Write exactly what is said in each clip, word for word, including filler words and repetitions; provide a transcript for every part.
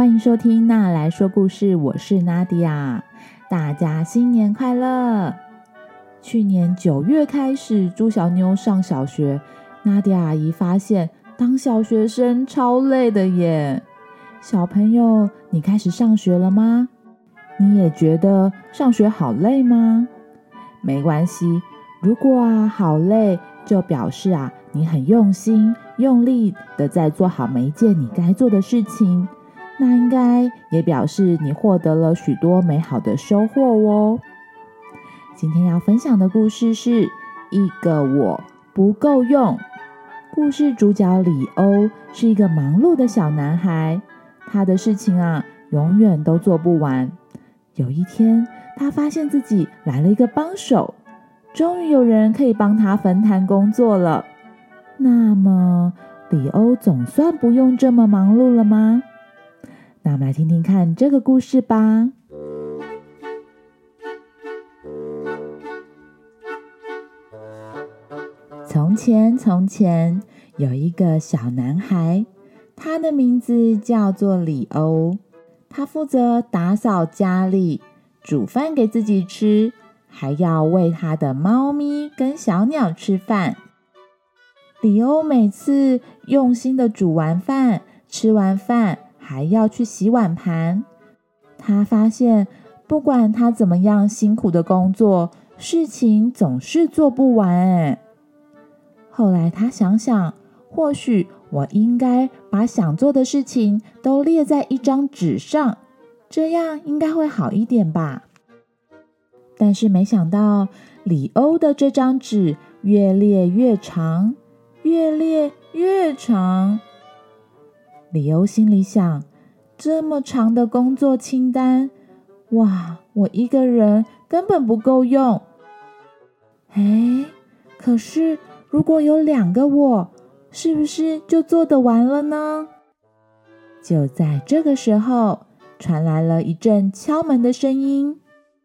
欢迎收听娜来说故事，我是娜迪亚，大家新年快乐！去年九月开始，猪小妞上小学，娜迪亚阿姨发现当小学生超累的耶。小朋友，你开始上学了吗？你也觉得上学好累吗？没关系，如果啊好累，就表示啊你很用心用力的在做好每一件你该做的事情，那应该也表示你获得了许多美好的收获哦。今天要分享的故事是一个我不够用。故事主角李欧是一个忙碌的小男孩，他的事情啊永远都做不完。有一天，他发现自己来了一个帮手，终于有人可以帮他分摊工作了。那么，李欧总算不用这么忙碌了吗？那我们来听听看这个故事吧。从前从前有一个小男孩，他的名字叫做李欧。他负责打扫家里，煮饭给自己吃，还要喂他的猫咪跟小鸟吃饭。李欧每次用心的煮完饭，吃完饭还要去洗碗盘。他发现不管他怎么样辛苦的工作，事情总是做不完哎。后来他想想，或许我应该把想做的事情都列在一张纸上，这样应该会好一点吧。但是没想到，李欧的这张纸越列越长，越列越长。李欧心里想，这么长的工作清单，哇，我一个人根本不够用。诶，可是如果有两个我，是不是就做得完了呢？就在这个时候，传来了一阵敲门的声音。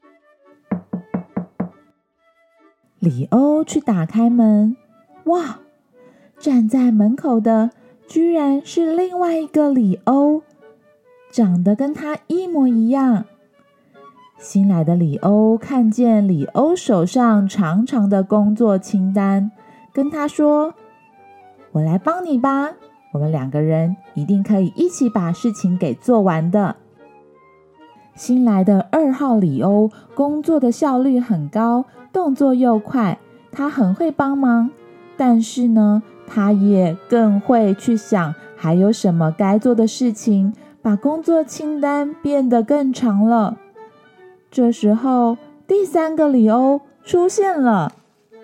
李欧去打开门，哇，站在门口的居然是另外一个李欧，长得跟他一模一样。新来的李欧看见李欧手上长长的工作清单，跟他说，我来帮你吧，我们两个人一定可以一起把事情给做完的。新来的二号李欧工作的效率很高，动作又快，他很会帮忙，但是呢，他也更会去想还有什么该做的事情，把工作清单变得更长了。这时候，第三个李欧出现了。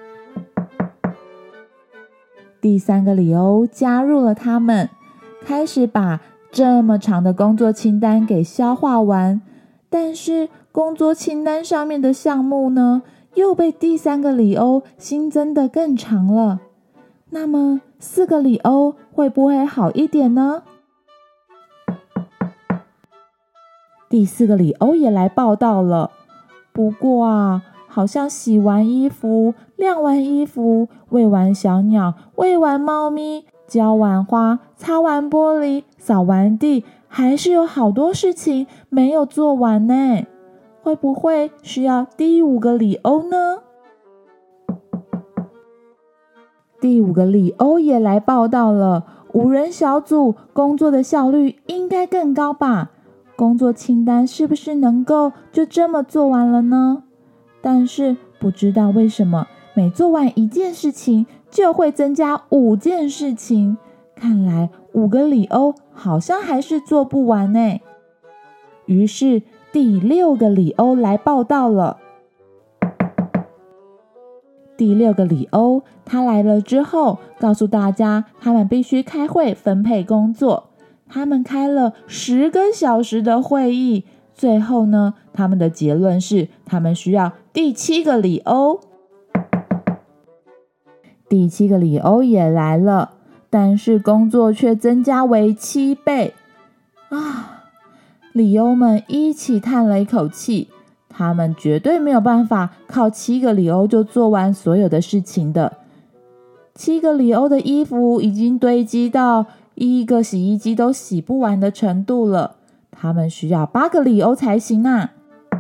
第三个李欧加入了他们，开始把这么长的工作清单给消化完。但是工作清单上面的项目呢，又被第三个李欧新增的更长了。那么四个李欧会不会好一点呢？第四个李欧也来报道了，不过啊，好像洗完衣服、晾完衣服、喂完小鸟、喂完猫咪、浇完花、擦完玻璃、扫完地，还是有好多事情没有做完呢。会不会需要第五个李欧呢？第五个李欧也来报道了，五人小组工作的效率应该更高吧？工作清单是不是能够就这么做完了呢？但是不知道为什么，每做完一件事情就会增加五件事情。看来五个李欧好像还是做不完呢。于是第六个李欧来报道了。第六个李欧他来了之后，告诉大家他们必须开会分配工作。他们开了十个小时的会议，最后呢，他们的结论是他们需要第七个李欧。第七个李欧也来了，但是工作却增加为七倍啊！李欧们一起叹了一口气，他们绝对没有办法靠七个李欧就做完所有的事情的。七个李欧的衣服已经堆积到一个洗衣机都洗不完的程度了， 他们需要八个里欧才行啊。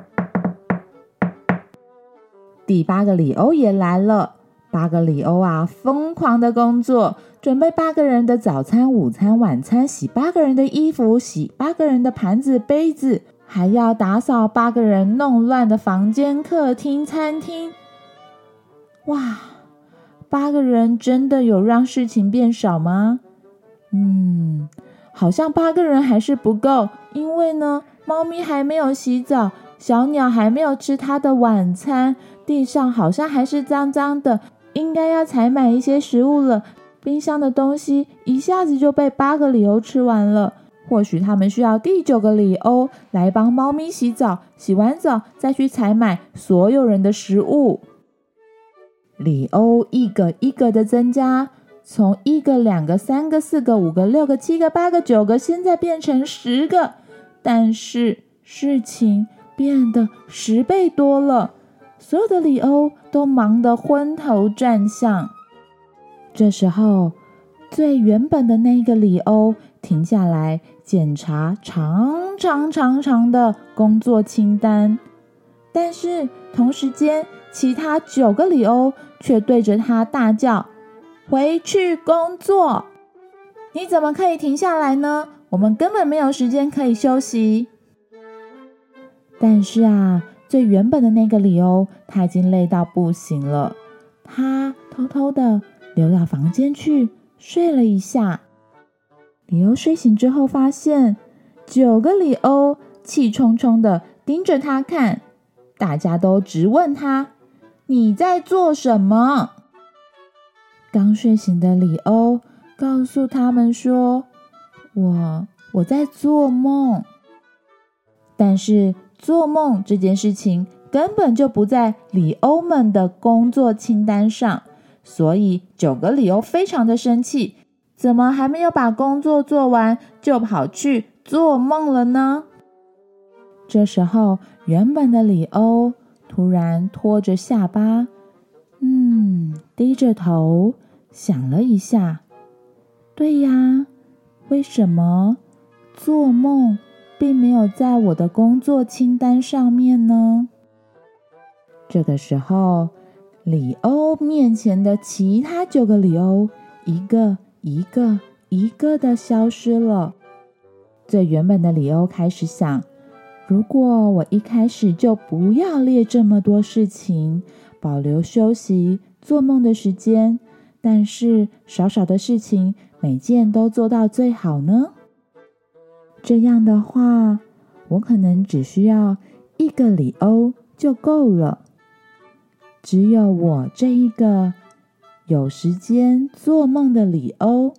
第八个里欧也来了，八个里欧啊，疯狂的工作，准备八个人的早餐、午餐、晚餐，洗八个人的衣服，洗八个人的盘子、杯子，还要打扫八个人弄乱的房间、客厅、餐厅。哇，八个人真的有让事情变少吗？嗯，好像八个人还是不够，因为呢，猫咪还没有洗澡，小鸟还没有吃它的晚餐，地上好像还是脏脏的，应该要采买一些食物了。冰箱的东西一下子就被八个里欧吃完了，或许他们需要第九个里欧来帮猫咪洗澡，洗完澡再去采买所有人的食物。里欧一个一个的增加，从一个、两个、三个、四个、五个、六个、七个、八个、九个，现在变成十个，但是事情变得十倍多了，所有的里欧都忙得昏头转向。这时候，最原本的那个里欧停下来检查长长长长的工作清单，但是同时间，其他九个里欧却对着他大叫：回去工作！你怎么可以停下来呢？我们根本没有时间可以休息。但是啊，最原本的那个里欧他已经累到不行了，他偷偷的溜到房间去睡了一下。里欧睡醒之后发现九个里欧气冲冲的盯着他看，大家都直问他：你在做什么？刚睡醒的里欧告诉他们说：我我在做梦。但是做梦这件事情根本就不在里欧们的工作清单上，所以九个里欧非常的生气，怎么还没有把工作做完就跑去做梦了呢？这时候原本的里欧突然拖着下巴，嗯，低着头想了一下，对呀，为什么做梦并没有在我的工作清单上面呢？这个时候，里欧面前的其他九个里欧一个一个一个的消失了。最原本的里欧开始想，如果我一开始就不要列这么多事情，保留休息做梦的时间，但是少少的事情每件都做到最好呢？这样的话，我可能只需要一个里欧就够了。只有我这一个有时间做梦的里欧。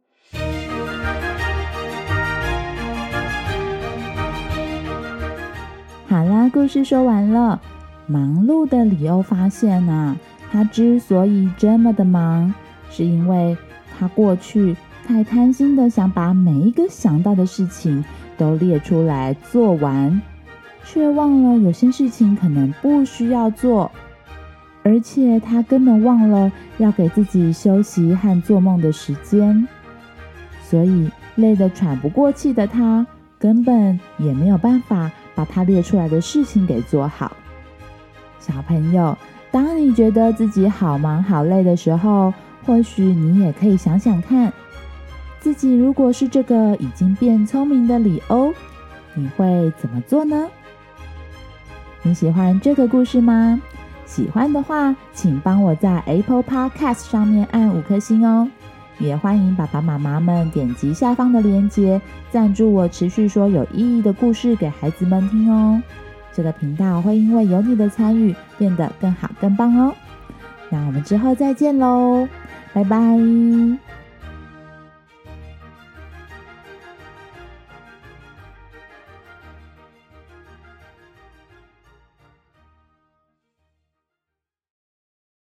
好啦，故事说完了。忙碌的里欧发现啊，他之所以这么的忙，是因为他过去太贪心的想把每一个想到的事情都列出来做完，却忘了有些事情可能不需要做，而且他根本忘了要给自己休息和做梦的时间，所以累得喘不过气的他根本也没有办法把他列出来的事情给做好。小朋友，当你觉得自己好忙好累的时候，或许你也可以想想看，自己如果是这个已经变聪明的里欧，你会怎么做呢？你喜欢这个故事吗？喜欢的话，请帮我在 Apple Podcast 上面按五颗星哦。也欢迎爸爸妈妈们点击下方的链接，赞助我持续说有意义的故事给孩子们听哦。这个频道会因为有你的参与变得更好更棒哦。那我们之后再见咯，拜拜。